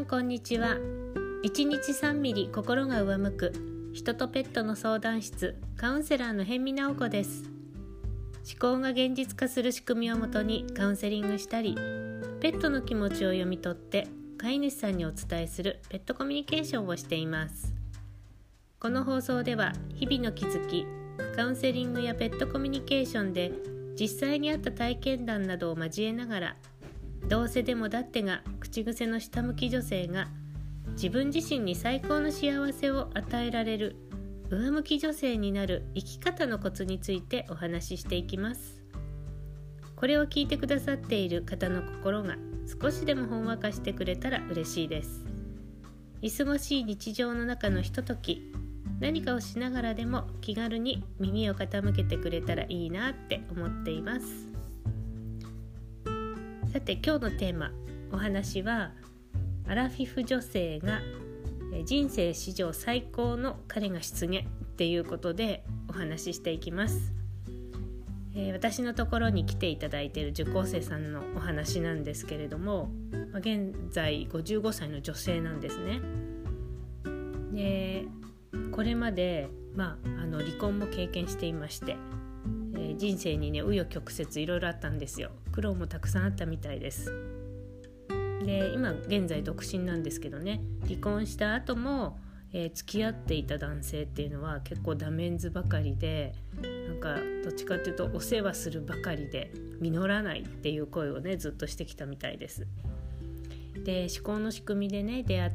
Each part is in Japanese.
んこんにちは。1日3ミリ心が上向く人とペットの相談室カウンセラーの辺見直子です。思考が現実化する仕組みをもとにカウンセリングしたり、ペットの気持ちを読み取って飼い主さんにお伝えするペットコミュニケーションをしています。この放送では日々の気づき、カウンセリングやペットコミュニケーションで実際にあった体験談などを交えながら、どうせでもだってが口癖の下向き女性が自分自身に最高の幸せを与えられる上向き女性になる生き方のコツについてお話ししていきます。これを聞いてくださっている方の心が少しでもほんわかしてくれたら嬉しいです。忙しい日常の中のひととき、何かをしながらでも気軽に耳を傾けてくれたらいいなって思っています。さて、今日のテーマ、お話はアラフィフ女性が人生史上最高の彼が出現っていうことでお話ししていきます。私のところに来ていただいている受講生さんのお話なんですけれども、現在55歳の女性なんですね。で、これまで、離婚も経験していまして、人生にね紆余曲折いろいろあったんですよ。苦労もたくさんあったみたいです。で、今現在独身なんですけどね、離婚した後も、付き合っていた男性っていうのは結構ダメンズばかりで、なんかどっちかっていうとお世話するばかりで実らないっていう声をねずっとしてきたみたいです。で、思考の仕組みでね出会って、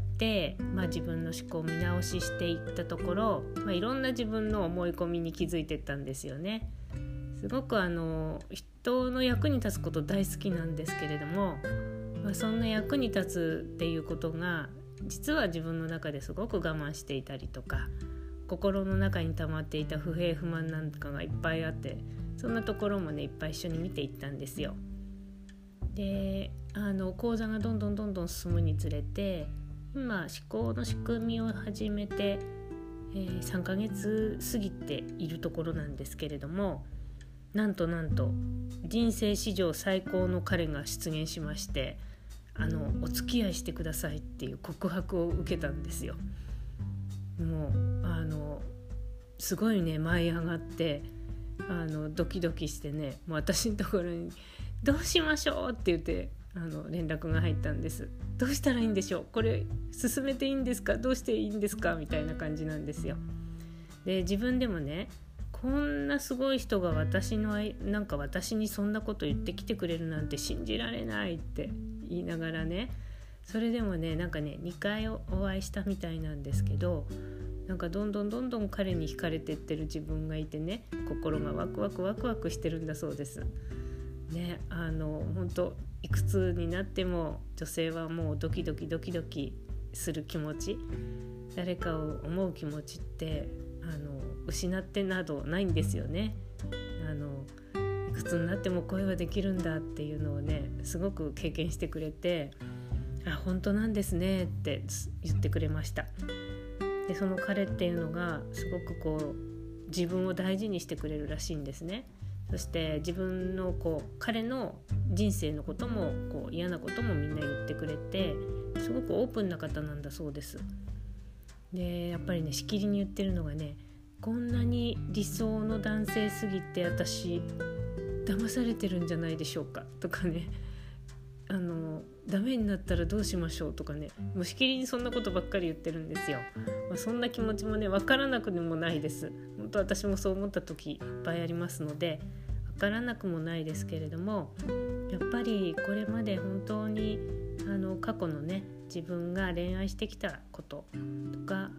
自分の思考を見直ししていったところ、いろんな自分の思い込みに気づいていったんですよね。すごく人の役に立つこと大好きなんですけれども、そんな役に立つっていうことが実は自分の中ですごく我慢していたりとか、心の中に溜まっていた不平不満なんかがいっぱいあって、そんなところもねいっぱい一緒に見ていったんですよ。で、講座がどんどん進むにつれて、今思考の仕組みを始めて、3ヶ月過ぎているところなんですけれども、なんと人生史上最高の彼が出現しまして、お付き合いしてくださいっていう告白を受けたんですよ。もうすごいね舞い上がって、ドキドキしてね、もう私のところにどうしましょうって言って連絡が入ったんです。どうしたらいいんでしょう、これ進めていいんですか、どうしていいんですかみたいな感じなんですよ。で、自分でもね、こんなすごい人が私にそんなこと言ってきてくれるなんて信じられないって言いながらね、それでもね2回お会いしたみたいなんですけど、どんどん彼に惹かれてってる自分がいてね、心がワクワクしてるんだそうですね。本当いくつになっても女性はもうドキドキする気持ち、誰かを思う気持ちって失ってなどないんですよね。いくつになっても恋はできるんだっていうのをねすごく経験してくれて、本当なんですねって言ってくれました。で、その彼っていうのがすごく自分を大事にしてくれるらしいんですね。そして自分の彼の人生のことも嫌なこともみんな言ってくれて、すごくオープンな方なんだそうです。で、やっぱりねしきりに言ってるのがね、こんなに理想の男性すぎて私騙されてるんじゃないでしょうかとかね、ダメになったらどうしましょうとかね、もうしきりにそんなことばっかり言ってるんですよ。そんな気持ちもね分からなくもないです。本当私もそう思った時いっぱいありますので、分からなくもないですけれども、やっぱりこれまで本当に過去のね自分が恋愛してきたこととか、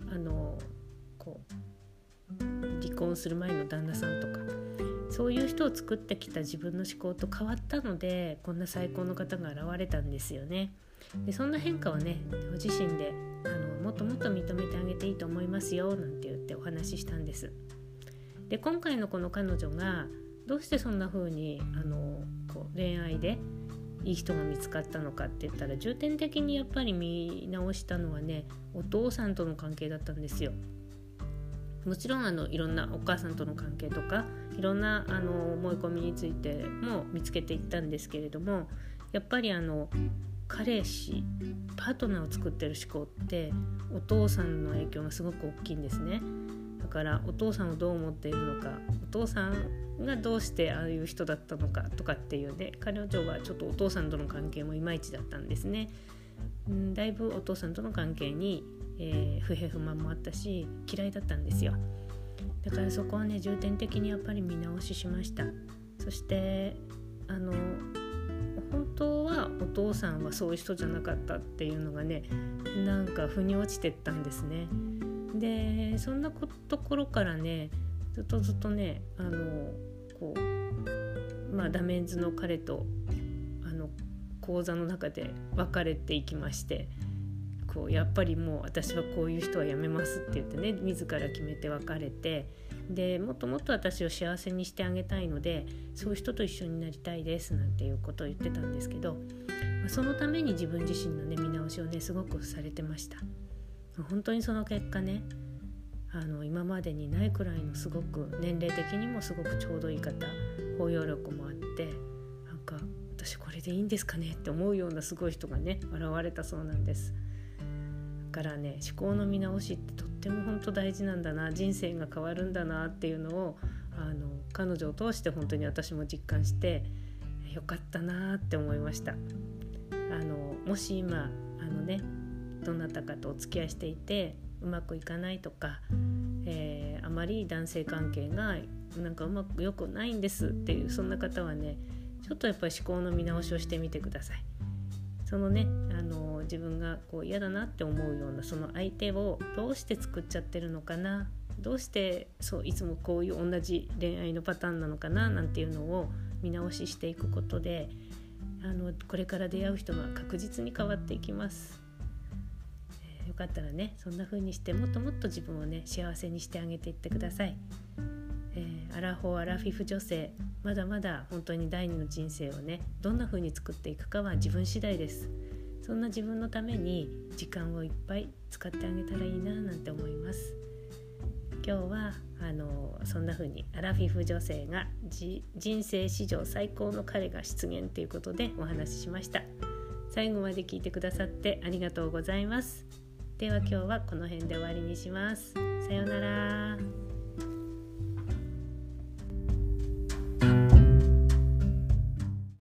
離婚する前の旦那さんとか、そういう人を作ってきた自分の思考と変わったので、こんな最高の方が現れたんですよね。で、そんな変化をねご自身でもっと認めてあげていいと思いますよなんて言ってお話ししたんです。で、今回のこの彼女がどうしてそんな風に恋愛でいい人が見つかったのかって言ったら、重点的にやっぱり見直したのはね、お父さんとの関係だったんですよ。もちろんいろんなお母さんとの関係とか、いろんな思い込みについても見つけていったんですけれども、やっぱり彼氏パートナーを作ってる思考ってお父さんの影響がすごく大きいんですね。だからお父さんをどう思っているのか、お父さんがどうしてああいう人だったのかとかっていうね、彼女はちょっとお父さんとの関係もいまいちだったんですね。だいぶお父さんとの関係に、不平不満もあったし嫌いだったんですよ。だからそこはね重点的にやっぱり見直ししました。そして本当はお父さんはそういう人じゃなかったっていうのがね、なんか腑に落ちてったんですね。でそんなところからねずっとねダメンズの彼と講座の中で別れていきまして、やっぱりもう私はこういう人はやめますって言ってね自ら決めて別れて、でもっともっと私を幸せにしてあげたいのでそういう人と一緒になりたいですなんていうことを言ってたんですけど、そのために自分自身のね見直しをねすごくされてました。本当にその結果ね今までにないくらいのすごく年齢的にもすごくちょうどいい方、包容力もあって、なんか私これでいいんですかねって思うようなすごい人がね現れたそうなんです。だからね思考の見直しってとっても本当大事なんだな、人生が変わるんだなっていうのを彼女を通して本当に私も実感してよかったなって思いました。もし今どなたかとお付き合いしていてうまくいかないとか、あまり男性関係がなんかうまく良くないんですっていうそんな方はねちょっとやっぱり思考の見直しをしてみてください。そのね自分が嫌だなって思うようなその相手をどうして作っちゃってるのかな、どうしていつもこういう同じ恋愛のパターンなのかななんていうのを見直ししていくことでこれから出会う人が確実に変わっていきます。よかったらねそんな風にしてもっともっと自分をね幸せにしてあげていってください。アラフォーアラフィフ女性、まだまだ本当に第二の人生をねどんな風に作っていくかは自分次第です。そんな自分のために時間をいっぱい使ってあげたらいいななんて思います。今日はそんな風にアラフィフ女性が人生史上最高の彼が出現ということでお話ししました。最後まで聞いてくださってありがとうございます。では今日はこの辺で終わりにします。さようなら。